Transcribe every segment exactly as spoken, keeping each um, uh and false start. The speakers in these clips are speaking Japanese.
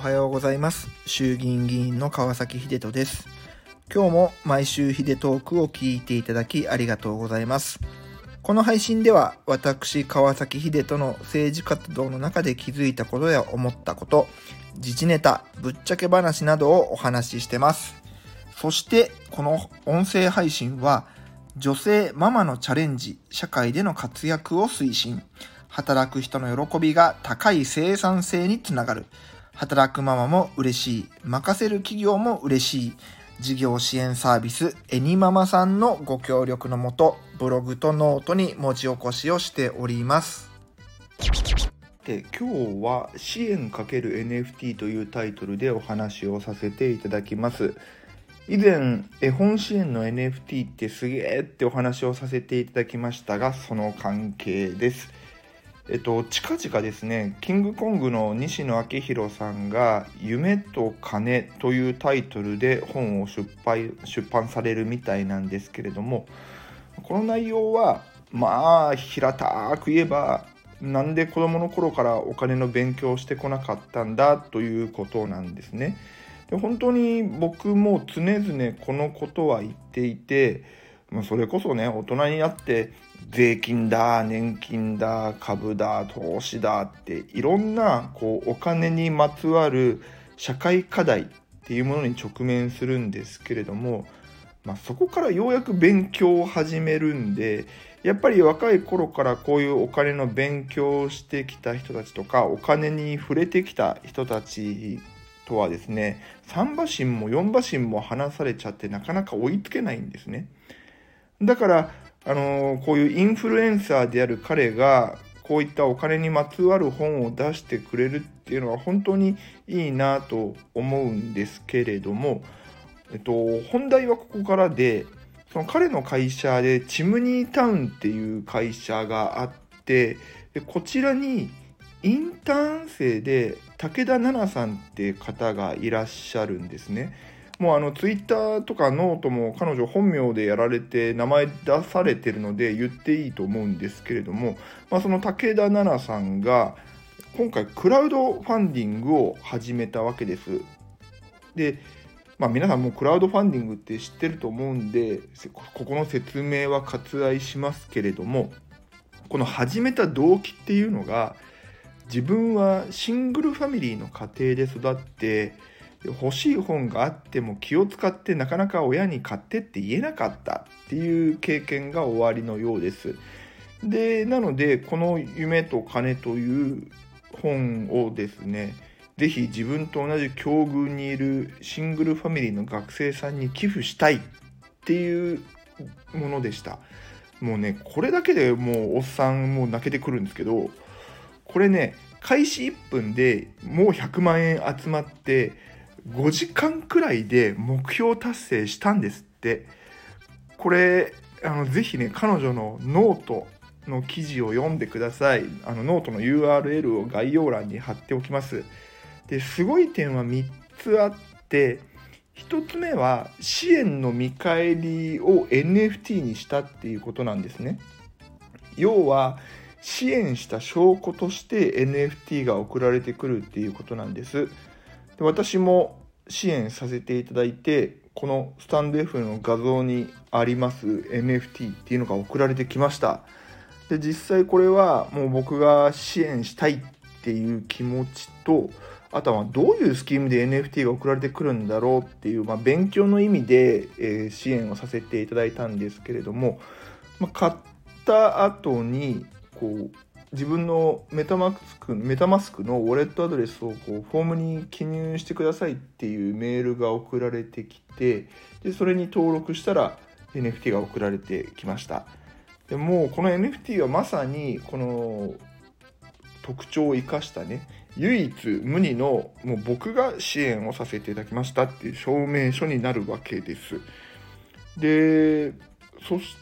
はようございます。衆議院議員の川崎秀人です。今日も毎週秀トークを聞いていただきありがとうございます。この配信では私川崎秀人の政治活動の中で気づいたことや思ったこと、時事ネタ、ぶっちゃけ話などをお話ししてます。そしてこの音声配信は女性ママのチャレンジ、社会での活躍を推進、働く人の喜びが高い生産性につながる、働くママも嬉しい、任せる企業も嬉しい、事業支援サービスエニママさんのご協力のもと、ブログとノートに文字起こしをしております。で、今日は支援×エヌエフティー というタイトルでお話をさせていただきます。以前、絵本支援の エヌエフティー ってすげーってお話をさせていただきましたが、その関係です。えっと、近々ですね、キングコングの西野昭弘さんが夢と金というタイトルで本を出版、出版されるみたいなんですけれども、この内容はまあ平たく言えば、なんで子どもの頃からお金の勉強をしてこなかったんだということなんですね。で、本当に僕も常々このことは言っていて、それこそね、大人になって税金だ、年金だ、株だ、投資だっていろんなこうお金にまつわる社会課題っていうものに直面するんですけれども、まあ、そこからようやく勉強を始めるんで、やっぱり若い頃からこういうお金の勉強をしてきた人たちとか、お金に触れてきた人たちとはですね、さんばしんもよんばしんも話されちゃってなかなか追いつけないんですね。だからあのー、こういうインフルエンサーである彼がこういったお金にまつわる本を出してくれるっていうのは本当にいいなと思うんですけれども、えっと、本題はここからで、その彼の会社でチムニータウンっていう会社があって、でこちらにインターン生で武田奈々さんって方がいらっしゃるんですね。もうあのツイッターとかノートも彼女本名でやられて名前出されてるので言っていいと思うんですけれども、まあ、その武田奈々さんが今回クラウドファンディングを始めたわけです。で、まあ、皆さんもクラウドファンディングって知ってると思うんで、ここの説明は割愛しますけれども、この始めた動機っていうのが、自分はシングルファミリーの家庭で育って、欲しい本があっても気を使ってなかなか親に買ってって言えなかったっていう経験がおありのようです。で、なのでこの夢と金という本をですね、ぜひ自分と同じ境遇にいるシングルファミリーの学生さんに寄付したいっていうものでした。もうね、これだけでもうおっさんも泣けてくるんですけど、これね、開始いっぷんでもうひゃくまんえん集まってごじかんくらいで目標達成したんですって。これあのぜひね、彼女のノートの記事を読んでください。あのノートの ユーアールエル を概要欄に貼っておきます。ですごい点はみっつあって、ひとつめは支援の見返りを エヌエフティー にしたっていうことなんですね。要は支援した証拠として エヌエフティー が送られてくるっていうことなんです。で、私も支援させていただいて、このスタンド エフエム の画像にあります エヌエフティー っていうのが送られてきました。で、実際これはもう僕が支援したいっていう気持ちと、あとはどういうスキームで エヌエフティー が送られてくるんだろうっていう、まあ、勉強の意味で、えー、支援をさせていただいたんですけれども、まあ、買った後にこう自分のメタマスク、メタマスクのウォレットアドレスをこうフォームに記入してくださいっていうメールが送られてきて、でそれに登録したら エヌエフティー が送られてきました。でもうこの エヌエフティー はまさにこの特徴を生かしたね、唯一無二のもう僕が支援をさせていただきましたっていう証明書になるわけです。で、そして、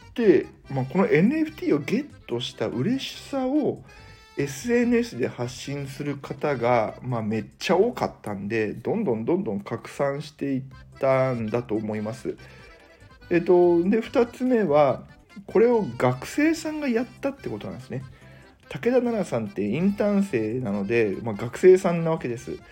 まあ、この エヌエフティー をゲットした嬉しさを エスエヌエス で発信する方が、まあ、めっちゃ多かったんで、どんどんどんどん拡散していったんだと思います。えっと、でふたつめはこれを学生さんがやったってことなんですね。武田奈々さんってインターン生なので、まあ、学生さんなわけです。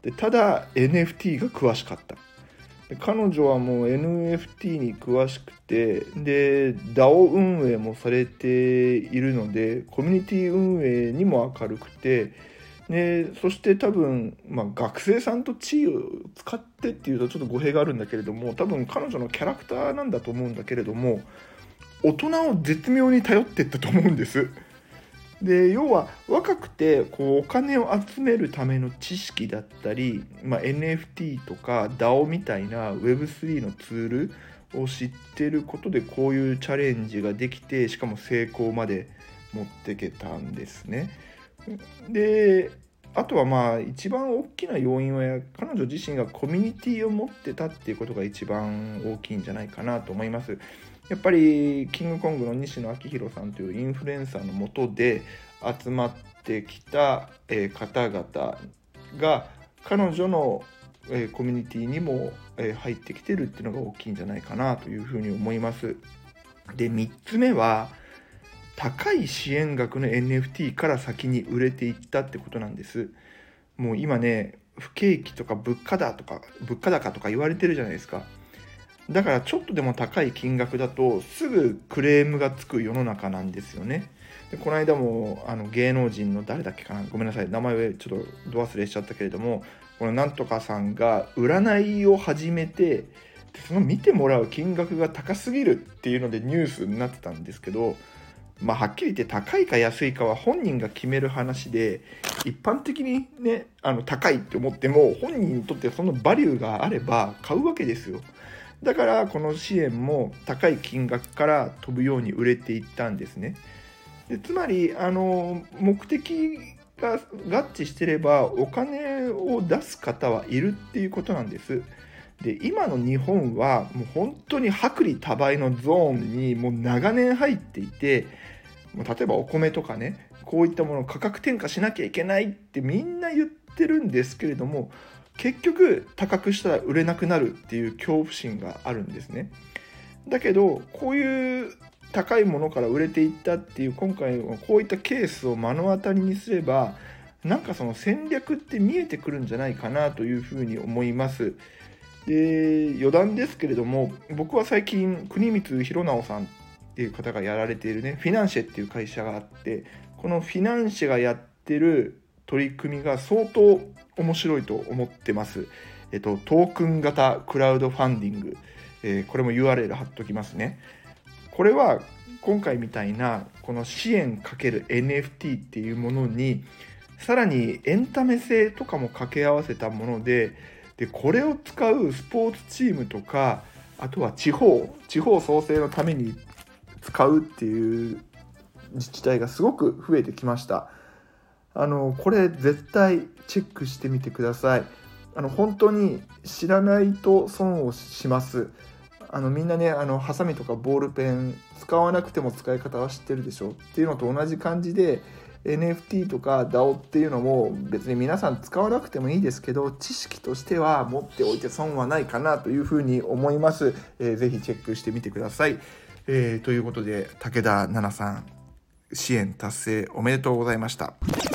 でただ エヌエフティー が詳しかった。で彼女はもう エヌエフティー に詳しくて、で ダオ 運営もされているのでコミュニティ運営にも明るくて、でそして多分、まあ、学生さんと地位を使ってっていうとちょっと語弊があるんだけれども、多分彼女のキャラクターなんだと思うんだけれども、大人を絶妙に頼っていったと思うんです。で要は若くてこうお金を集めるための知識だったり、まあ、エヌエフティー とか ダオ みたいな ウェブスリー のツールを知ってることでこういうチャレンジができて、しかも成功まで持ってけたんですね。であとはまあ一番大きな要因は彼女自身がコミュニティを持ってたっていうことが一番大きいんじゃないかなと思います。やっぱりキングコングの西野昭弘さんというインフルエンサーの下で集まってきた方々が彼女のコミュニティにも入ってきてるっていうのが大きいんじゃないかなというふうに思います。でみっつめは高い支援額の エヌエフティー から先に売れていったってことなんです。もう今ね不景気とか物価だとか物価高とか言われてるじゃないですか。だからちょっとでも高い金額だとすぐクレームがつく世の中なんですよね。でこの間もあの芸能人の誰だっけかな、ごめんなさい名前をちょっとど忘れしちゃったけれども、このなんとかさんが占いを始めて、その見てもらう金額が高すぎるっていうのでニュースになってたんですけど、まあはっきり言って高いか安いかは本人が決める話で、一般的にねあの高いって思っても本人にとってそのバリューがあれば買うわけですよ。だからこの支援も高い金額から飛ぶように売れていったんですね。でつまりあの目的が合致してればお金を出す方はいるっていうことなんです。で今の日本はもう本当に薄利多売のゾーンにもう長年入っていて、もう例えばお米とかねこういったものを価格転嫁しなきゃいけないってみんな言ってるんですけれども、結局高くしたら売れなくなるっていう恐怖心があるんですね。だけどこういう高いものから売れていったっていう今回のこういったケースを目の当たりにすれば、なんかその戦略って見えてくるんじゃないかなというふうに思います。で余談ですけれども、僕は最近国光弘直さんっていう方がやられているねフィナンシェっていう会社があって、このフィナンシェがやってる取り組みが相当面白いと思ってます。えっと、トークン型クラウドファンディング、えー、これも ユーアールエル 貼っときますね。これは今回みたいなこの支援×エヌエフティー っていうものにさらにエンタメ性とかも掛け合わせたもので、でこれを使うスポーツチームとか、あとは地方地方創生のために使うっていう自治体がすごく増えてきました。あのこれ絶対チェックしてみてください。あの本当に知らないと損をします。あのみんなねあのハサミとかボールペン使わなくても使い方は知ってるでしょっていうのと同じ感じで エヌエフティー とか ダオ っていうのも別に皆さん使わなくてもいいですけど、知識としては持っておいて損はないかなというふうに思います。えー、ぜひチェックしてみてください。えー、ということで武田奈々さん支援達成おめでとうございました。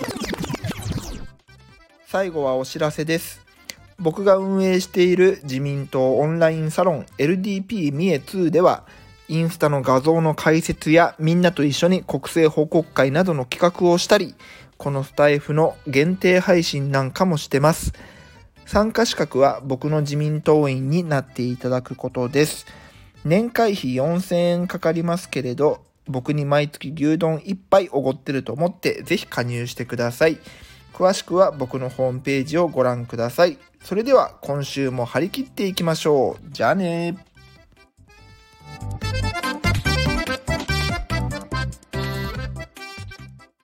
最後はお知らせです。僕が運営している自民党オンラインサロン エルディーピー 三重にではインスタの画像の解説やみんなと一緒に国政報告会などの企画をしたり、このスタイフの限定配信なんかもしてます。参加資格は僕の自民党員になっていただくことです。年会費よんせんえんかかりますけれど、僕に毎月牛丼いっぱいおごってると思ってぜひ加入してください。詳しくは僕のホームページをご覧ください。それでは今週も張り切っていきましょう。じゃあね。